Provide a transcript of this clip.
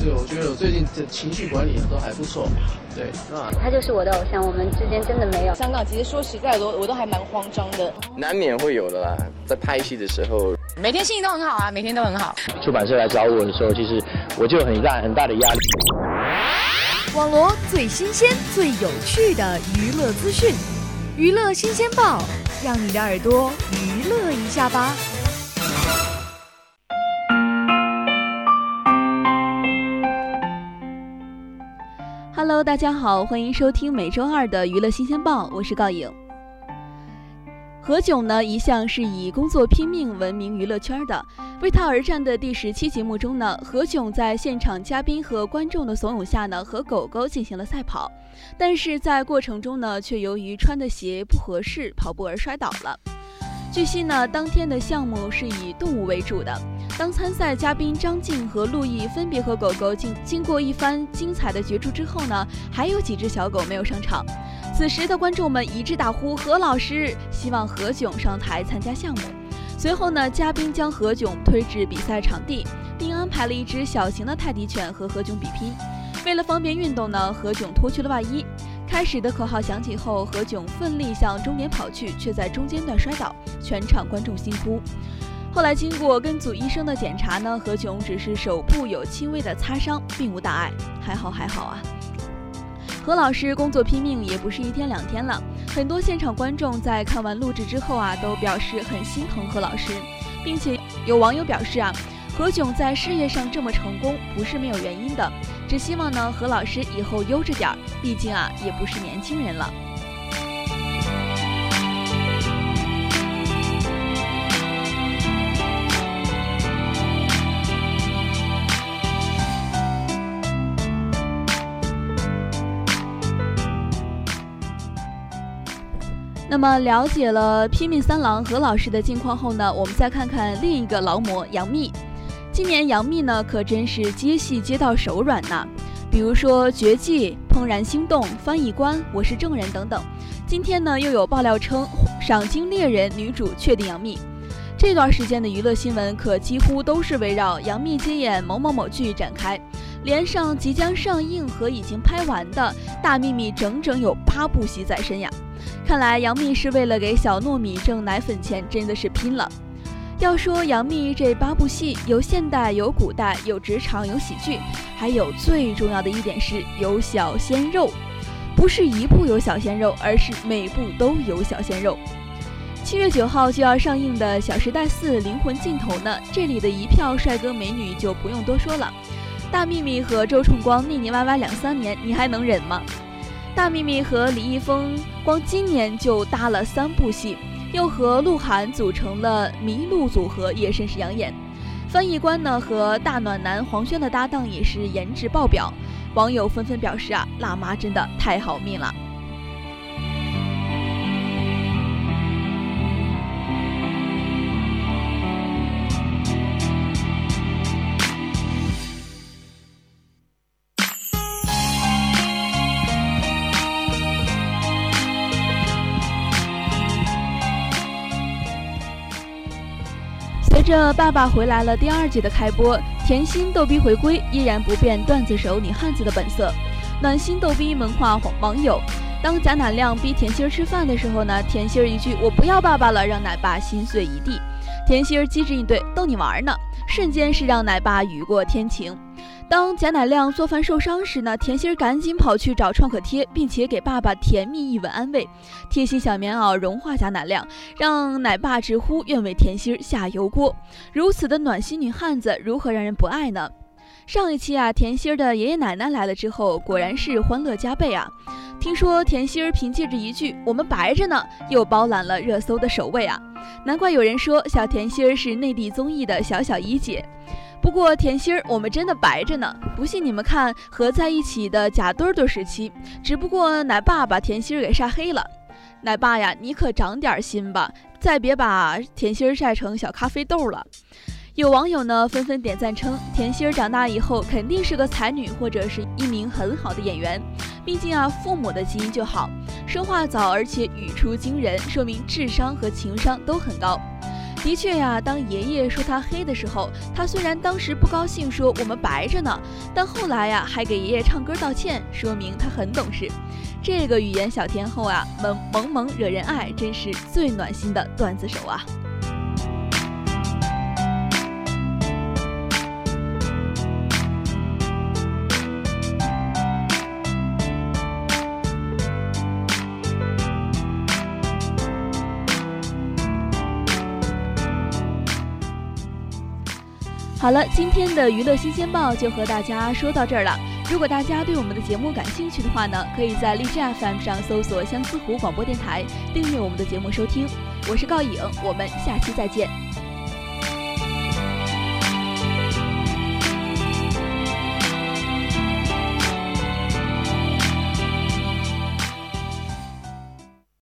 对，我觉得我最近的情绪管理都还不错。对， 他就是我的偶像，我们之间真的没有。 香港其实说实在的，我都还蛮慌张的， 难免会有的啦。在拍戏的时候， 每天心情都很好啊，每天都很好。 出版社来找我的时候，其实我就有很大的压力。 网罗最新鲜、最有趣的娱乐资讯，娱乐新鲜报，让你的耳朵娱乐一下吧。 Hello， 大家好，欢迎收听每周二的娱乐新鲜报，我是告颖。何炅呢，一向是以工作拼命闻名娱乐圈的。为他而战的第17节目中呢，何炅在现场嘉宾和观众的怂恿下呢，和狗狗进行了赛跑，但是在过程中呢，却由于穿的鞋不合适跑步而摔倒了。据悉呢，当天的项目是以动物为主的。当参赛嘉宾张晋和陆毅分别和狗狗经过一番精彩的角逐之后呢，还有几只小狗没有上场。此时的观众们一致大呼何老师，希望何炅上台参加项目。随后呢，嘉宾将何炅推至比赛场地，并安排了一只小型的泰迪犬和何炅比拼。为了方便运动呢，何炅脱去了外衣。开始的口号响起后，何炅奋力向终点跑去，却在中间段摔倒，全场观众惊呼。后来经过跟组医生的检查呢，何炅只是手部有轻微的擦伤，并无大碍，还好啊。何老师工作拼命也不是1天2天了，很多现场观众在看完录制之后啊，都表示很心疼何老师，并且有网友表示啊，何炅在事业上这么成功不是没有原因的，只希望呢何老师以后悠着点，毕竟啊也不是年轻人了。那么了解了拼命三郎何老师的近况后呢，我们再看看另一个劳模杨幂。今年杨幂呢可真是接戏接到手软呐，比如说《绝技》、《怦然心动》、《翻译官》、《我是证人》等等。今天呢又有爆料称《赏金猎人》女主确定杨幂。这段时间的娱乐新闻可几乎都是围绕杨幂接演某某某剧展开，连上即将上映和已经拍完的大幂幂整整有8部戏在身呀。看来杨幂是为了给小糯米挣奶粉钱，真的是拼了。要说杨幂这8部戏，有现代，有古代，有职场，有喜剧，还有最重要的一点是有小鲜肉，不是一部有小鲜肉，而是每部都有小鲜肉。7月9号就要上映的《小时代4：灵魂尽头》呢，这里的一票帅哥美女就不用多说了。大幂幂和周冲光腻腻歪歪2-3年，你还能忍吗？大幂幂和李易峰光今年就搭了3部戏，又和鹿晗组成了麋鹿组合，也甚是养眼。翻译官呢和大暖男黄轩的搭档也是颜值爆表，网友纷纷表示啊，辣妈真的太好命了。随着《爸爸回来了》第2季的开播，甜心逗逼回归，依然不变段子手女汉子的本色。暖心逗逼萌化网友，当贾乃亮逼甜心吃饭的时候呢，甜心一句我不要爸爸了，让奶爸心碎一地。甜心机智应对，逗你玩呢，瞬间是让奶爸雨过天晴。当贾乃亮做饭受伤时呢，甜心赶紧跑去找创可贴，并且给爸爸甜蜜一吻安慰，贴心小棉袄融化贾乃亮，让奶爸直呼愿为甜心下油锅。如此的暖心女汉子，如何让人不爱呢？上一期啊，甜心的爷爷奶奶来了之后，果然是欢乐加倍啊！听说甜心凭借着一句“我们白着呢”，又包揽了热搜的首位啊！难怪有人说小甜心是内地综艺的小一姐。不过甜心儿，我们真的白着呢！不信你们看合在一起的假墩墩时期，只不过奶爸把甜心儿给晒黑了。奶爸呀，你可长点心吧，再别把甜心儿晒成小咖啡豆了。有网友呢纷纷点赞称，甜心儿长大以后肯定是个才女，或者是一名很好的演员。毕竟啊，父母的基因就好，说话早，而且语出惊人，说明智商和情商都很高。 的确呀，当爷爷说他黑的时候，他虽然当时不高兴，说我们白着呢，但后来呀还给爷爷唱歌道歉，说明他很懂事。这个语言小天后啊，萌萌惹人爱，真是最暖心的段子手啊。好了，今天的娱乐新鲜报就和大家说到这儿了。如果大家对我们的节目感兴趣的话呢，可以在荔枝 FM 上搜索相思湖广播电台，订阅我们的节目收听。我是告颖，我们下期再见。